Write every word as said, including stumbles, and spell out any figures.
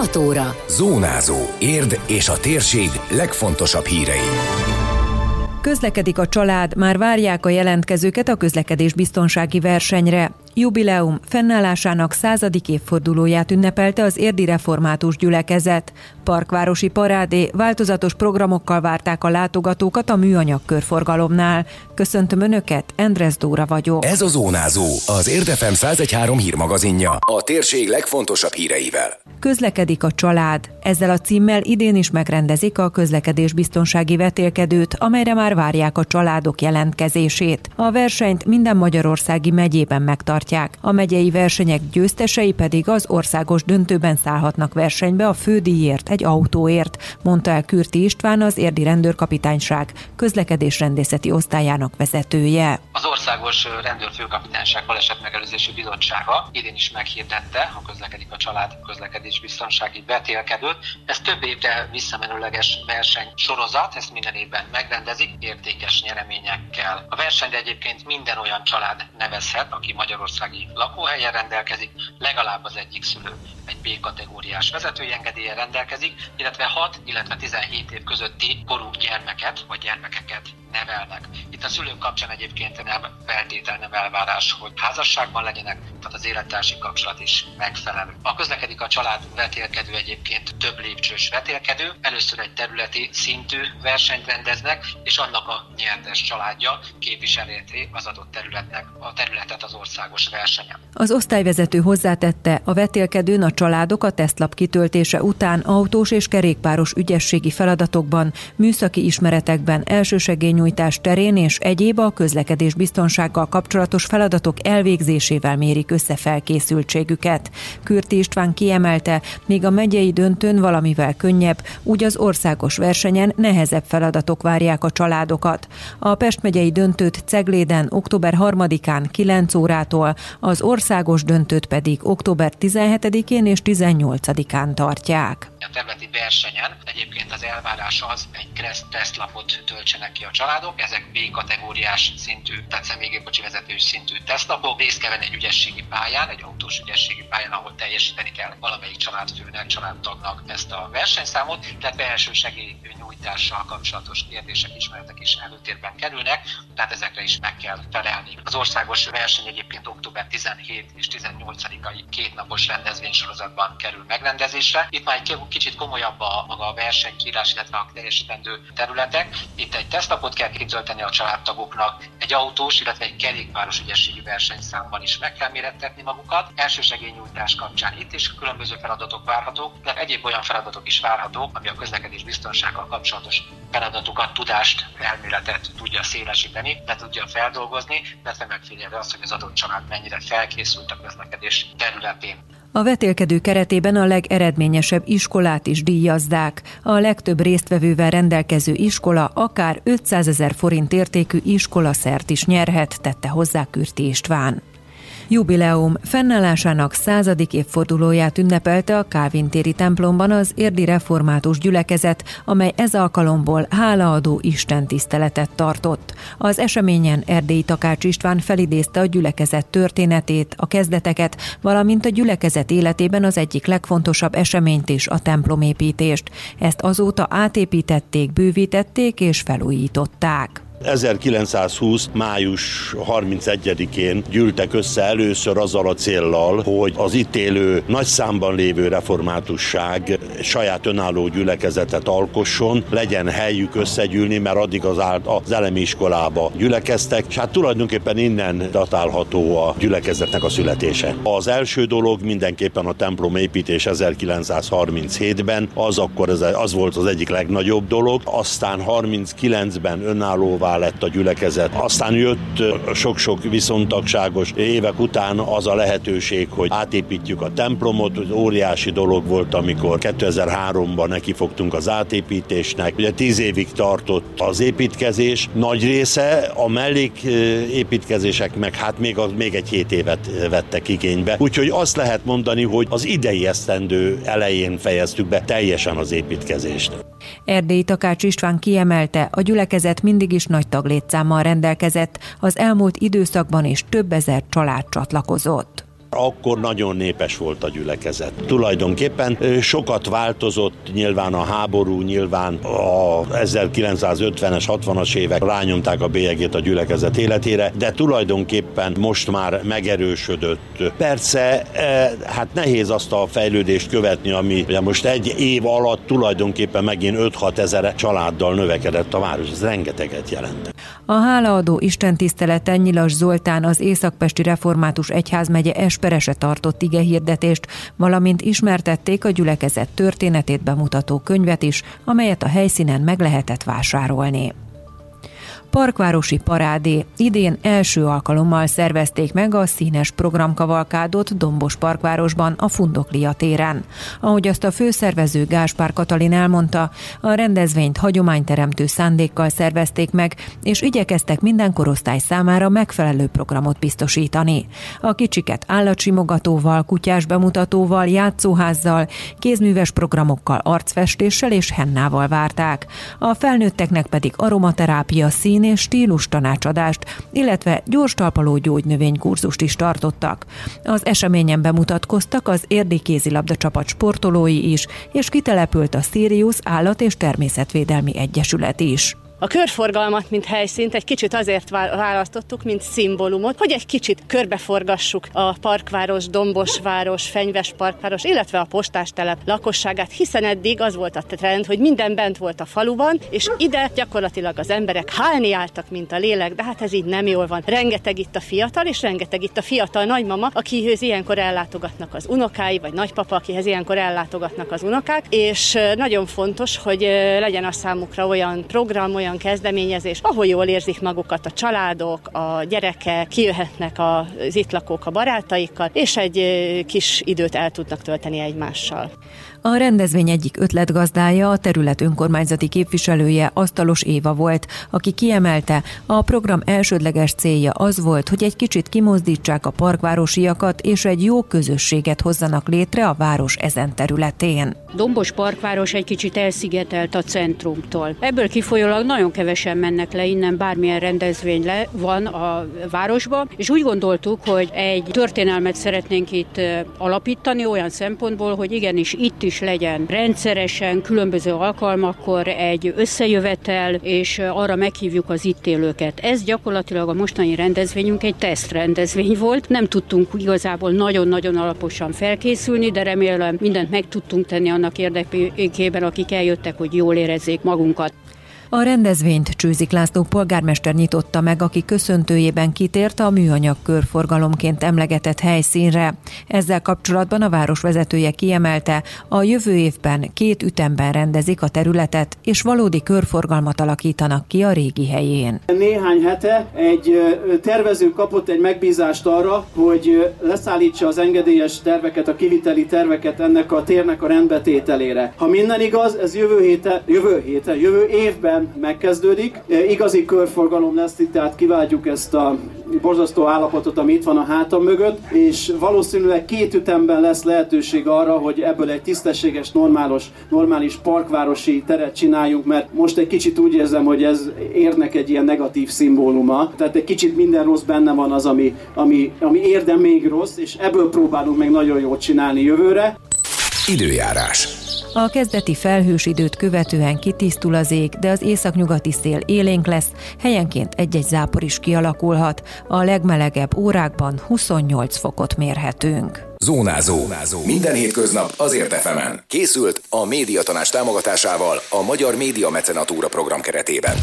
hat óra. Zónázó. Érd és a térség legfontosabb hírei. Közlekedik a család, már várják a jelentkezőket a közlekedésbiztonsági versenyre. Jubileum fennállásának századik évfordulóját ünnepelte az érdi református gyülekezet. Parkvárosi parádé, változatos programokkal várták a látogatókat a műanyag körforgalomnál. Köszöntöm Önöket, Endres Dóra vagyok. Ez a Zónázó, az Érd ef em száz egy pont három hírmagazinja, a térség legfontosabb híreivel. Közlekedik a család. Ezzel a címmel idén is megrendezik a közlekedésbiztonsági vetélkedőt, amelyre már várják a családok jelentkezését. A versenyt minden magyarországi megyében megtartják. A megyei versenyek győztesei pedig az országos döntőben szállhatnak versenybe a fődíjért, egy autóért, mondta el Kürti István, az érdi rendőrkapitányság közlekedésrendészeti osztályának vezetője. Az országos rendőrfőkapitányság balesetmegelőzési bizottsága idén is meghirdette a Közlekedik a család közlekedésbiztonsági vetélkedőt. Ez több évre visszamenőleges versenysorozat, ezt minden évben megrendezik értékes nyereményekkel. A versenyre egyébként minden olyan család nevezhet, aki magyarországi lakóhelyen rendelkezik, legalább az egyik szülő egy B kategóriás vezetői engedéllyel rendelkezik, illetve hat, illetve tizenhét év közötti korú gyermeket vagy gyermekeket nevelnek. Itt a szülők kapcsán egyébként nem feltétel, nem elvárás, hogy házasságban legyenek, tehát az élettársi kapcsolat is megfelelő. A Közlekedik a család vetélkedő egyébként több lépcsős vetélkedő, először egy területi szintű versenyt rendeznek, és annak a nyertes családja képviselheti az adott területnek a területet az országos versenyen. Az osztályvezető hozzátette, a vetélkedőn a családok a tesztlap kitöltése után autós és kerékpáros ügyességi feladatokban, műszaki ismeretekben, elsősegélynyújtás terén és egyéb a közlekedés biztonsággal kapcsolatos feladatok elvégzésével mérik össze felkészültségüket. Kürti István kiemelte, még a megyei döntőn valamivel könnyebb, úgy az országos versenyen nehezebb feladatok várják a családokat. A Pest megyei döntőt Cegléden október harmadikán kilenc órától, az országos döntőt pedig október tizenhetedikén és tizennyolcadikán tartják. A területi versenyen egyébként az elvárás az, egy kereszt tesztlapot töltsenek ki a családok, ezek B kategóriás szintű, tehát személygépkocsi vezetős szintű tesztlapok, részt kell venni egy ügyességi pályán, egy autós ügyességi pályán, ahol teljesíteni kell valamelyik családfőnek, családtagnak ezt a versenyszámot, illetve elsősegély nyújtással kapcsolatos kérdések, ismeretek is előtérben kerülnek, tehát ezekre is meg kell felelni. Az országos verseny egyébként október tizenhetedike és tizennyolcadika két napos rendezvénysorozatban kerül megrendezésre. Itt már egy kicsit komolyabb a maga a versenykírás, illetve a teljesítendő területek. Itt egy tesztlapot kell kitölteni a családtagoknak, egy autós, illetve egy kerékpáros ügyességi versenyszámban is meg kell mérettetni magukat. Elsősegélynyújtás kapcsán itt is különböző feladatok várhatók, de egyéb olyan feladatok is várhatók, ami a közlekedés biztonsággal kapcsolatos feladatokat, tudást, elméletet tudja szélesíteni, de tudja feldolgozni, illetve megfigyelni azt, hogy az adott család mennyire felkészült a közlekedés területén. A vetélkedő keretében a legeredményesebb iskolát is díjazzák. A legtöbb résztvevővel rendelkező iskola akár ötszázezer forint értékű iskolaszert is nyerhet, tette hozzá Kürti István. Jubileum fennállásának századik évfordulóját ünnepelte a Kálvin téri templomban az érdi református gyülekezet, amely ez alkalomból hálaadó istentiszteletet tartott. Az eseményen Erdélyi Takács István felidézte a gyülekezet történetét, a kezdeteket, valamint a gyülekezet életében az egyik legfontosabb eseményt is, a templomépítést. Ezt azóta átépítették, bővítették és felújították. ezerkilencszázhúsz. május harmincegyedikén gyűltek össze először azzal a céllal, hogy az itt élő nagy számban lévő reformátusság saját önálló gyülekezetet alkosson, legyen helyük összegyűlni, mert addig az, áll, az elemi iskolába gyülekeztek, és hát tulajdonképpen innen datálható a gyülekezetnek a születése. Az első dolog mindenképpen a templom építés ezerkilencszázharminchétben, az akkor ez, az volt az egyik legnagyobb dolog, aztán harminckilencben önállóvá lett a gyülekezet. Aztán jött sok-sok viszontagságos évek után az a lehetőség, hogy átépítjük a templomot. Óriási dolog volt, amikor kétezer-háromban nekifogtunk az átépítésnek. Ugye tíz évig tartott az építkezés. Nagy része, a melléképítkezések meg hát még, az, még egy hét évet vettek igénybe. Úgyhogy azt lehet mondani, hogy az idei esztendő elején fejeztük be teljesen az építkezést. Erdélyi Takács István kiemelte, a gyülekezet mindig is nagy taglétszámmal rendelkezett, az elmúlt időszakban is több ezer család csatlakozott. Akkor nagyon népes volt a gyülekezet. Tulajdonképpen sokat változott, nyilván a háború, nyilván a ezerkilencszázötvenes, hatvanas évek rányomták a bélyegét a gyülekezet életére, de tulajdonképpen most már megerősödött. Persze, hát nehéz azt a fejlődést követni, ami ugye most egy év alatt tulajdonképpen megint öt-hat ezer családdal növekedett a város. Ez rengeteget jelent. A hálaadó istentiszteleten Nyilas Zoltán, az Északpesti Református Egyházmegye esperese tartott igehirdetést, valamint ismertették a gyülekezet történetét bemutató könyvet is, amelyet a helyszínen meg lehetett vásárolni. Parkvárosi parádé. Idén első alkalommal szervezték meg a színes programkavalkádot Dombos Parkvárosban, a Fundoklia téren. Ahogy azt a főszervező Gáspár Katalin elmondta, a rendezvényt hagyományteremtő szándékkal szervezték meg, és igyekeztek minden korosztály számára megfelelő programot biztosítani. A kicsiket állatsimogatóval, kutyás bemutatóval, játszóházzal, kézműves programokkal, arcfestéssel és hennával várták. A felnőtteknek pedig aromaterápia, szín és stílus tanácsadást, illetve gyors talpaló gyógynövénykurzust is tartottak. Az eseményen bemutatkoztak az Érdi kézilabda csapat sportolói is, és kitelepült a Sirius Állat- és Természetvédelmi Egyesület is. A körforgalmat, mint helyszínt egy kicsit azért választottuk, mint szimbólumot, hogy egy kicsit körbeforgassuk a parkváros, Dombosváros, Fenyves parkváros, illetve a postástelep lakosságát, hiszen eddig az volt a trend, hogy minden bent volt a faluban, és ide gyakorlatilag az emberek hálni álltak, mint a lélek, de hát ez így nem jól van. Rengeteg itt a fiatal, és rengeteg itt a fiatal nagymama, akihez ilyenkor ellátogatnak az unokái, vagy nagypapa, akihez ilyenkor ellátogatnak az unokák, és nagyon fontos, hogy legyen a számukra olyan program, olyan kezdeményezés, ahol jól érzik magukat a családok, a gyerekek, kijöhetnek az itt lakók a barátaikkal, és egy kis időt el tudnak tölteni egymással. A rendezvény egyik ötletgazdája, a terület önkormányzati képviselője, Asztalos Éva volt, aki kiemelte, a program elsődleges célja az volt, hogy egy kicsit kimozdítsák a parkvárosiakat, és egy jó közösséget hozzanak létre a város ezen területén. Dombos parkváros egy kicsit elszigetelt a centrumtól. Ebből kifolyólag nagyon kevesen mennek le innen, bármilyen rendezvény le van a városba, és úgy gondoltuk, hogy egy történelmet szeretnénk itt alapítani olyan szempontból, hogy igenis itt is legyen rendszeresen, különböző alkalmakkor egy összejövetel, és arra meghívjuk az itt élőket. Ez gyakorlatilag a mostani rendezvényünk egy tesztrendezvény volt. Nem tudtunk igazából nagyon-nagyon alaposan felkészülni, de remélem mindent meg tudtunk tenni annak érdekében, akik eljöttek, hogy jól érezzék magunkat. A rendezvényt Csőzik László polgármester nyitotta meg, aki köszöntőjében kitért a műanyag körforgalomként emlegetett helyszínre. Ezzel kapcsolatban a város vezetője kiemelte, a jövő évben két ütemben rendezik a területet, és valódi körforgalmat alakítanak ki a régi helyén. Néhány hete egy tervező kapott egy megbízást arra, hogy leszállítsa az engedélyes terveket, a kiviteli terveket ennek a térnek a rendbetételére. Ha minden igaz, ez jövő héten, jövő héten, jövő évben megkezdődik. Igazi körforgalom lesz itt, tehát kiváltjuk ezt a borzasztó állapotot, ami itt van a hátam mögött, és valószínűleg két ütemben lesz lehetőség arra, hogy ebből egy tisztességes, normális, normális parkvárosi teret csináljunk, mert most egy kicsit úgy érzem, hogy ez érnek egy ilyen negatív szimbóluma. Tehát egy kicsit minden rossz benne van az, ami, ami, ami érdem még rossz, és ebből próbálunk meg nagyon jót csinálni jövőre. Időjárás. A kezdeti felhős időt követően kitisztul az ég, de az északnyugati szél élénk lesz, helyenként egy-egy zápor is kialakulhat. A legmelegebb órákban huszonnyolc fokot mérhetünk. Zónázó. Minden hétköznap az Ért ef emen. Készült a Médiatanács támogatásával a Magyar Média Mecenatúra program keretében.